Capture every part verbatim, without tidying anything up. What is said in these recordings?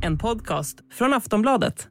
En podcast från Aftonbladet.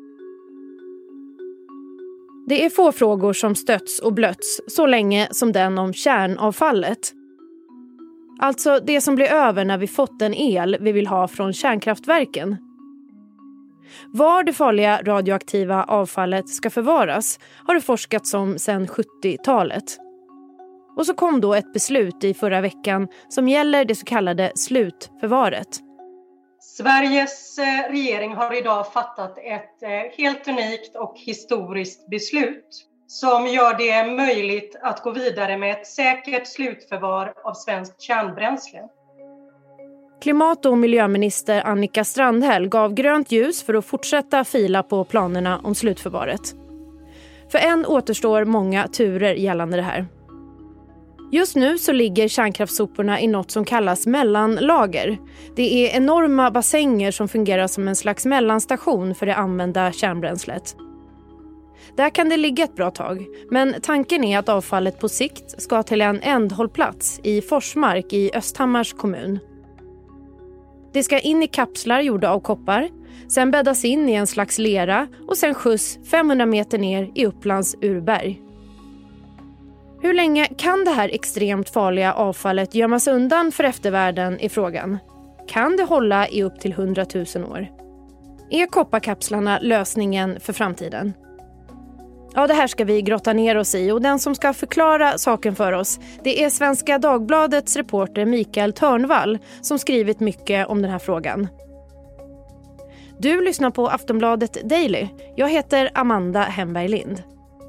Det är få frågor som stötts och blötts så länge som den om kärnavfallet. Alltså det som blir över när vi fått den el vi vill ha från kärnkraftverken. Var det farliga radioaktiva avfallet ska förvaras har det forskats om sedan sjuttiotalet. Och så kom då ett beslut i förra veckan som gäller det så kallade slutförvaret. Sveriges regering har idag fattat ett helt unikt och historiskt beslut som gör det möjligt att gå vidare med ett säkert slutförvar av svenskt kärnbränsle. Klimat- och miljöminister Annika Strandhäll gav grönt ljus för att fortsätta fila på planerna om slutförvaret. För än återstår många turer gällande det här. Just nu så ligger kärnkraftssoporna i något som kallas mellanlager. Det är enorma bassänger som fungerar som en slags mellanstation för det använda kärnbränslet. Där kan det ligga ett bra tag, men tanken är att avfallet på sikt ska till en ändhållplats i Forsmark i Östhammars kommun. Det ska in i kapslar gjorda av koppar, sen bäddas in i en slags lera och sen skjuts femhundra meter ner i Upplands urberg. Hur länge kan det här extremt farliga avfallet gömmas undan för eftervärlden i frågan? Kan det hålla i upp till hundratusen år? Är kopparkapslarna lösningen för framtiden? Ja, det här ska vi grotta ner oss i och den som ska förklara saken för oss, det är Svenska Dagbladets reporter Mikael Törnvall som skrivit mycket om den här frågan. Du lyssnar på Aftonbladet Daily. Jag heter Amanda Hemberg Lind.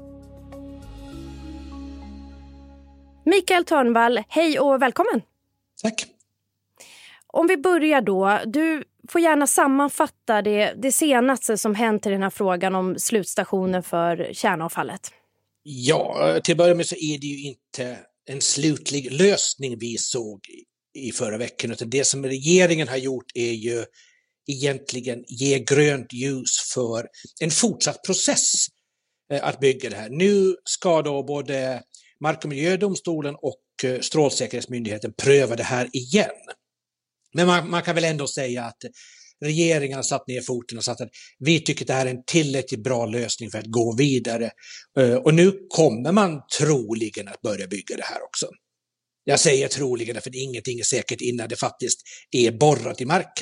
Mikael Törnvall, hej och välkommen. Tack. Om vi börjar då, du får gärna sammanfatta det, det senaste som hänt i den här frågan om slutstationen för kärnavfallet. Ja, till att börja med så är det ju inte en slutlig lösning vi såg i förra veckan, utan det som regeringen har gjort är ju egentligen ge grönt ljus för en fortsatt process att bygga det här. Nu ska då både Mark- och miljödomstolen och Strålsäkerhetsmyndigheten pröva det här igen. Men man, man kan väl ändå säga att regeringen har satt ner foten och sagt att vi tycker att det här är en tillräckligt bra lösning för att gå vidare. Och nu kommer man troligen att börja bygga det här också. Jag säger troligen för ingenting är säkert innan det faktiskt är borrat i marken.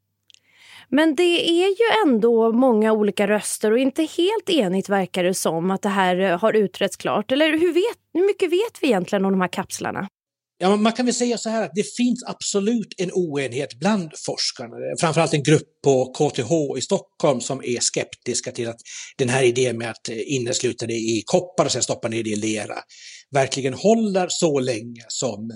Men det är ju ändå många olika röster och inte helt enigt verkar det som att det här har utretts klart. Eller hur, vet, hur mycket vet vi egentligen om de här kapslarna? Ja, man kan väl säga så här att det finns absolut en oenighet bland forskarna. Framförallt en grupp på K T H i Stockholm som är skeptiska till att den här idén med att innesluta det i koppar och sen stoppa ner det i lera verkligen håller så länge som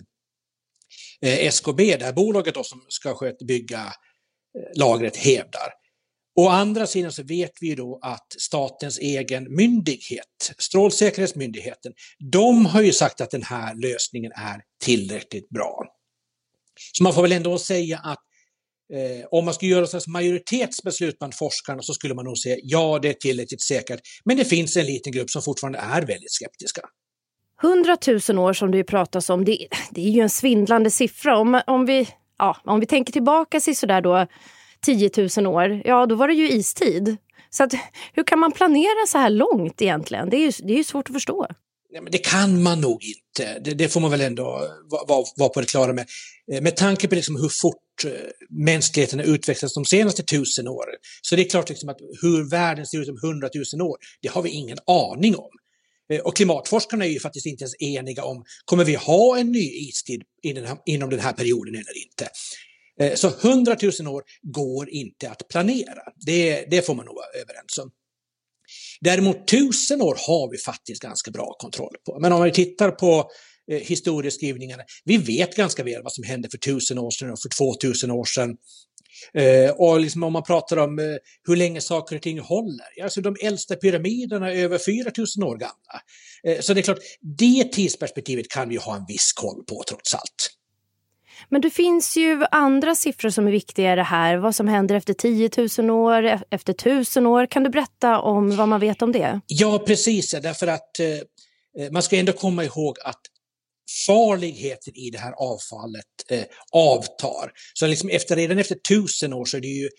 S K B, det här bolaget då som ska sköta bygga lagret, hävdar. Å andra sidan så vet vi då att statens egen myndighet, Strålsäkerhetsmyndigheten, de har ju sagt att den här lösningen är tillräckligt bra. Så man får väl ändå säga att eh, om man skulle göra ett majoritetsbeslut bland forskarna så skulle man nog säga ja, det är tillräckligt säkert. Men det finns en liten grupp som fortfarande är väldigt skeptiska. hundratusen år som du pratar om, det, det är ju en svindlande siffra. Om, om, vi, ja, om vi tänker tillbaka sig sådär då tiotusen år, ja då var det ju istid. Så att, hur kan man planera så här långt egentligen? Det är ju, det är ju svårt att förstå. Ja, men det kan man nog inte. Det, det får man väl ändå vara var, var på det klara med. Med tanke på liksom hur fort mänskligheten har utvecklats de senaste tusen åren. Så det är klart liksom att hur världen ser ut om hundratusen år, det har vi ingen aning om. Och klimatforskarna är ju faktiskt inte ens eniga om, kommer vi ha en ny istid inom den här perioden eller inte? Så hundratusen år går inte att planera. Det, det får man nog vara överens om. Däremot tusen år har vi faktiskt ganska bra kontroll på. Men om vi tittar på eh, historieskrivningarna, vi vet ganska väl vad som hände för tusen år sedan och för tvåtusen år sedan. Eh, och liksom om man pratar om eh, hur länge saker och ting håller. Alltså de äldsta pyramiderna är över fyratusen år gamla. Eh, så det är klart, det tidsperspektivet kan vi ha en viss koll på trots allt. Men det finns ju andra siffror som är viktigare här. Vad som händer efter tiotusen år, efter tusen år. Kan du berätta om vad man vet om det? Ja, precis. Därför att eh, man ska ändå komma ihåg att farligheten i det här avfallet eh, avtar. Så liksom efter, redan efter tusen år så är det ju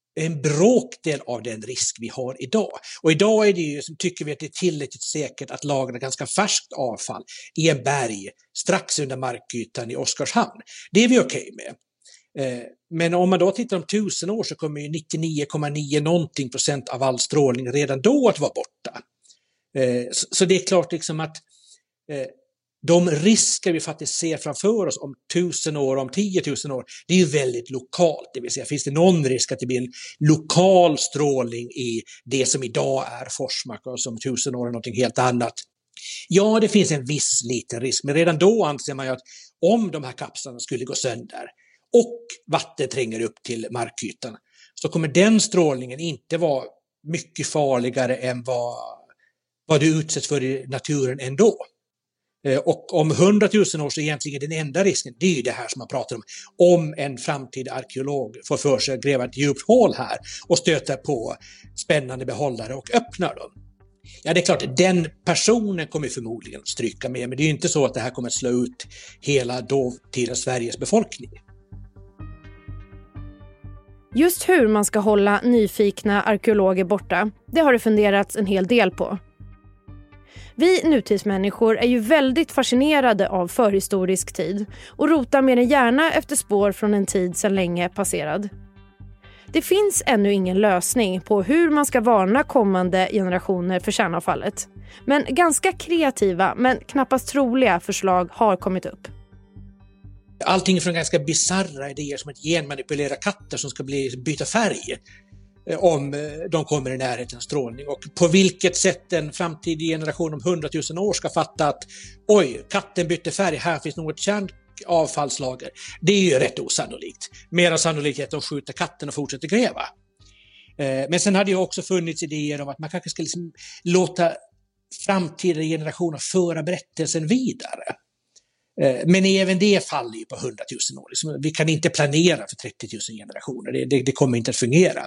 en bråkdel av den risk vi har idag. Och idag är det ju, tycker vi att det är tillräckligt säkert att lagra ganska färskt avfall i en berg strax under markytan i Oskarshamn. Det är vi okej med. Men om man då tittar om tusen år så kommer ju nittionio komma nio någonting procent av all strålning redan då att vara borta. Så det är klart liksom att de risker vi faktiskt ser framför oss om tusen år, om tiotusen år, det är ju väldigt lokalt. Det vill säga, finns det någon risk att det blir en lokal strålning i det som idag är Forsmark och som tusen år är någonting helt annat? Ja, det finns en viss liten risk, men redan då anser man ju att om de här kapslarna skulle gå sönder och vatten tränger upp till markytan så kommer den strålningen inte vara mycket farligare än vad, vad du utsätts för i naturen ändå. Och om hundratusen år så är egentligen den enda risken, det är ju det här som man pratar om. Om en framtida arkeolog får för sig att gräva ett djupt hål här och stöta på spännande behållare och öppnar dem. Ja, det är klart, den personen kommer förmodligen stryka med, men det är ju inte så att det här kommer att slå ut hela dåtida Sveriges befolkning. Just hur man ska hålla nyfikna arkeologer borta, det har det funderats en hel del på. Vi nutidsmänniskor är ju väldigt fascinerade av förhistorisk tid och rotar mer än gärna efter spår från en tid sedan länge passerad. Det finns ännu ingen lösning på hur man ska varna kommande generationer för kärnavfallet. Men ganska kreativa men knappast troliga förslag har kommit upp. Allting från ganska bizarra idéer som att genmanipulera katter som ska bli, byta färg om de kommer i närheten av strålning, och på vilket sätt en framtidig generation om hundratusen år ska fatta att oj, katten bytte färg, här finns något kärnavfallslager. Det är ju rätt osannolikt. Mer sannolikt att de skjuter katten och fortsätter gräva. Men sen hade ju också funnits idéer om att man kanske ska liksom låta framtida generationer föra berättelsen vidare. Men även det faller ju på hundratusen år. Vi kan inte planera för trettio tusen generationer. Det, det, det kommer inte att fungera.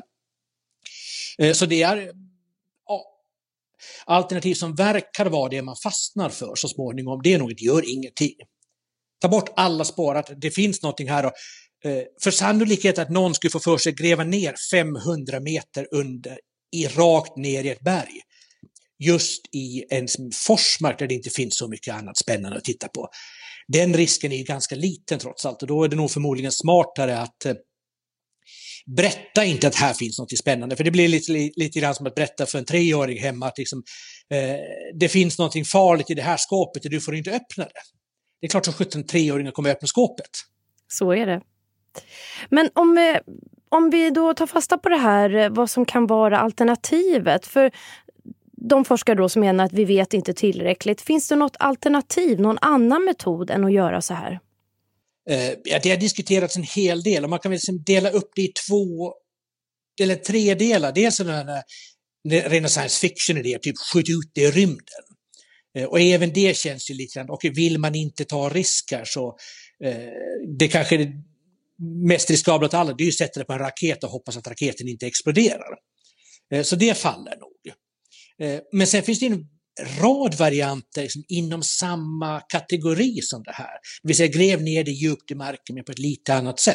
Så det är ja, alternativ som verkar vara det man fastnar för så småningom. Det är något, det gör ingenting. Ta bort alla spår, att det finns någonting här. Och, för sannolikhet att någon skulle få för sig gräva ner femhundra meter under, i rakt ner i ett berg. Just i en Forsmark där det inte finns så mycket annat spännande att titta på. Den risken är ju ganska liten trots allt, och då är det nog förmodligen smartare att eh, berätta inte att här finns något spännande, för det blir lite, lite grann som att berätta för en treåring hemma att liksom, eh, det finns något farligt i det här skåpet och du får inte öppna det. Det är klart att sjutton treåringar kommer öppna skåpet. Så är det. Men om, eh, om vi då tar fasta på det här, vad som kan vara alternativet, för de forskare då som menar att vi vet inte tillräckligt. Finns det något alternativ, någon annan metod än att göra så här? Uh, ja, det har diskuterats en hel del och man kan väl dela upp det i två eller tre delar. Dels är det en rena science fiction idé, typ skjut ut det i rymden. Uh, och även det känns ju lite grann, och vill man inte ta risker så uh, det kanske är det mest riskabla av alla, det är ju att sätta det på en raket och hoppas att raketen inte exploderar. Uh, så det faller nog. Men sen finns det en rad varianter liksom inom samma kategori som det här. Det vill säga gräv ner det djupt i marken men på ett lite annat sätt.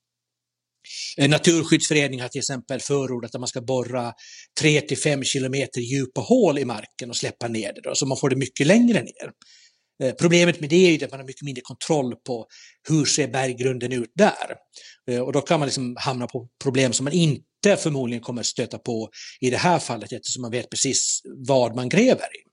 Naturskyddsföreningen har till exempel förordat att man ska borra tre till fem kilometer djupa hål i marken och släppa ner det då, så man får det mycket längre ner. Problemet med det är ju att man har mycket mindre kontroll på hur ser berggrunden ut där. Och då kan man liksom hamna på problem som man inte förmodligen kommer att stöta på i det här fallet, eftersom man vet precis vad man gräver i.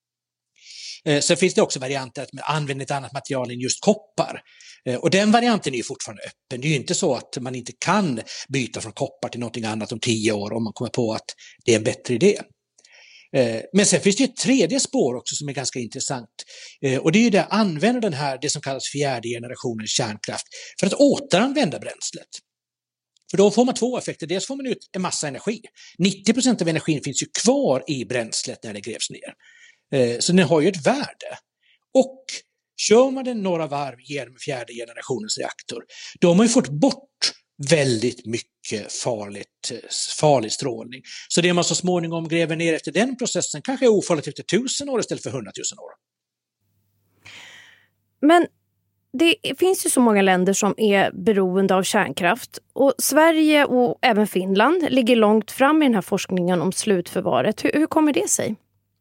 Sen finns det också varianter att man använder ett annat material än just koppar. Och den varianten är ju fortfarande öppen. Det är ju inte så att man inte kan byta från koppar till någonting annat om tio år om man kommer på att det är en bättre idé. Men sen finns det ett tredje spår också som är ganska intressant. Och det är ju det att använda den här, det som kallas fjärde generationens kärnkraft för att återanvända bränslet. För då får man två effekter. Dels får man ut en massa energi. nittio procent av energin finns ju kvar i bränslet när det grävs ner. Så den har ju ett värde. Och kör man den några varv genom fjärde generationens reaktor, då har man ju fått bort väldigt mycket farligt, farlig strålning. Så det man så småningom gräver ner efter den processen kanske är ofarligt efter tusen år istället för hundratusen år. Men Det finns ju så många länder som är beroende av kärnkraft. Och Sverige och även Finland ligger långt fram i den här forskningen om slutförvaret. Hur, hur kommer det sig?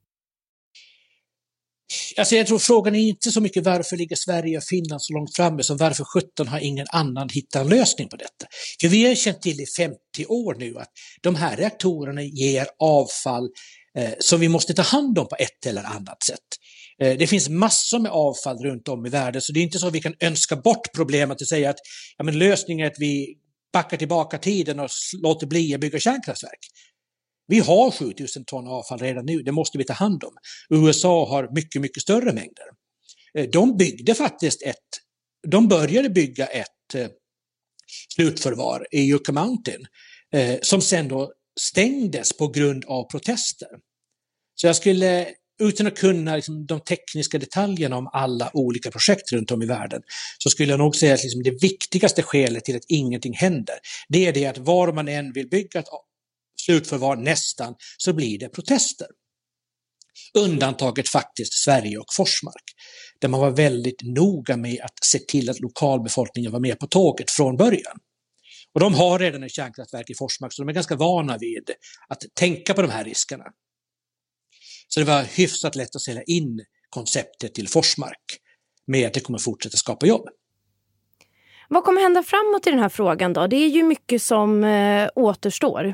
Alltså jag tror frågan är inte så mycket varför ligger Sverige och Finland så långt framme som varför sjutton har ingen annan hittat en lösning på detta. För vi har känt till i femtio år nu att de här reaktorerna ger avfall eh, som vi måste ta hand om på ett eller annat sätt. Eh, det finns massor med avfall runt om i världen, så det är inte så att vi kan önska bort problemet och säga att ja, men lösningen är att vi backar tillbaka tiden och låter bli att bygga kärnkraftverk. Vi har sjutusen ton avfall redan nu, det måste vi ta hand om. U S A har mycket, mycket större mängder. De byggde faktiskt ett, de började bygga ett eh, slutförvar i Yucca Mountain eh, som sen då stängdes på grund av protester. Så jag skulle, utan att kunna liksom, de tekniska detaljerna om alla olika projekt runt om i världen, så skulle jag nog säga att liksom, det viktigaste skälet till att ingenting händer, det är det att var man än vill bygga ett slutförvar nästan, så blir det protester. Undantaget faktiskt Sverige och Forsmark, där man var väldigt noga med att se till att lokalbefolkningen var med på tåget från början. Och de har redan ett kärnkraftverk i Forsmark, så de är ganska vana vid att tänka på de här riskerna. Så det var hyfsat lätt att sälja in konceptet till Forsmark med att det kommer fortsätta skapa jobb. Vad kommer hända framåt i den här frågan då? Det är ju mycket som eh, återstår.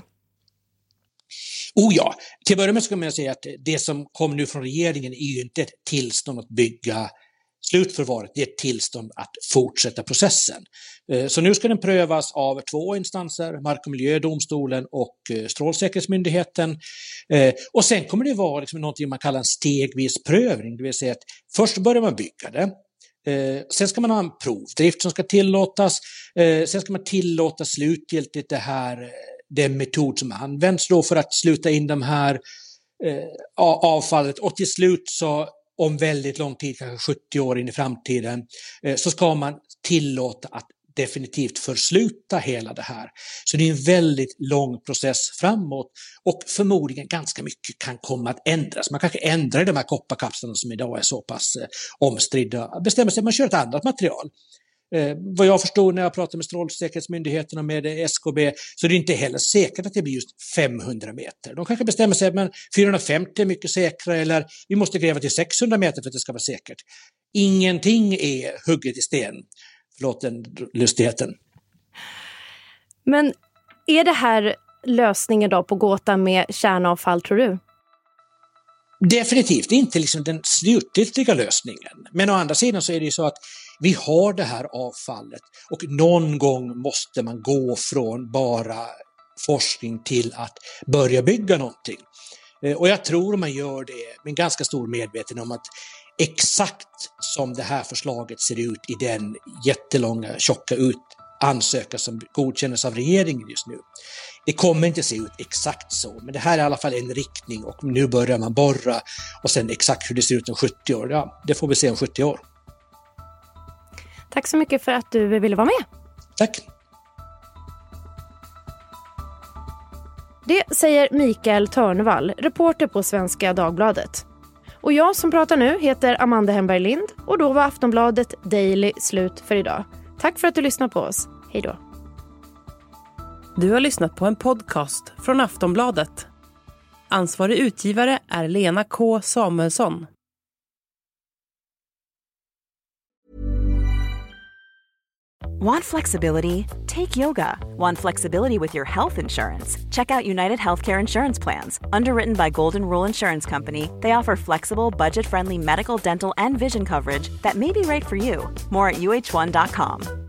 Oh ja, till att börja med ska man säga att det som kom nu från regeringen är ju inte ett tillstånd att bygga slutförvaret, det är ett tillstånd att fortsätta processen. Så nu ska den prövas av två instanser, Mark- och miljödomstolen och Strålsäkerhetsmyndigheten. Och sen kommer det vara liksom något man kallar en stegvis prövning, det vill säga att först börjar man bygga det. Sen ska man ha en provdrift som ska tillåtas, sen ska man tillåta slutgiltigt det här, den metod som används då för att sluta in de här eh, avfallet, och till slut så om väldigt lång tid, kanske sjuttio år in i framtiden, eh, så ska man tillåta att definitivt försluta hela det här. Så det är en väldigt lång process framåt, och förmodligen ganska mycket kan komma att ändras. Man kanske ändrar de här kopparkapslarna som idag är så pass eh, omstridda, bestämmer sig att man kör ett annat material. Eh, vad jag förstod när jag pratade med Strålsäkerhetsmyndigheten och med S K B, så det är inte heller säkert att det blir just femhundra meter. De kanske bestämmer sig att fyrahundrafemtio är mycket säkrare, eller vi måste gräva till sexhundra meter för att det ska vara säkert. Ingenting är hugget i sten. Förlåt den lustigheten. Men är det här lösningen då på gåtan med kärnavfall, tror du? Definitivt inte liksom den slutgiltiga lösningen. Men å andra sidan så är det ju så att vi har det här avfallet, och någon gång måste man gå från bara forskning till att börja bygga någonting. Och jag tror man gör det med ganska stor medveten om att exakt som det här förslaget ser ut i den jättelånga, tjocka ut ansökan som godkännes av regeringen just nu. Det kommer inte se ut exakt så, men det här är i alla fall en riktning, och nu börjar man borra, och sen exakt hur det ser ut om sjuttio år, ja, det får vi se om sjuttio år. Tack så mycket för att du ville vara med. Tack. Det säger Mikael Törnvall, reporter på Svenska Dagbladet. Och jag som pratar nu heter Amanda Hemberg Lind, och då var Aftonbladet Daily slut för idag. Tack för att du lyssnar på oss. Hej då. Du har lyssnat på en podcast från Aftonbladet. Ansvarig utgivare är Lena K. Samuelsson. Want flexibility? Take yoga. Want flexibility with your health insurance? Check out United Healthcare Insurance Plans. Underwritten by Golden Rule Insurance Company, they offer flexible, budget-friendly medical, dental, and vision coverage that may be right for you. More at U H one dot com.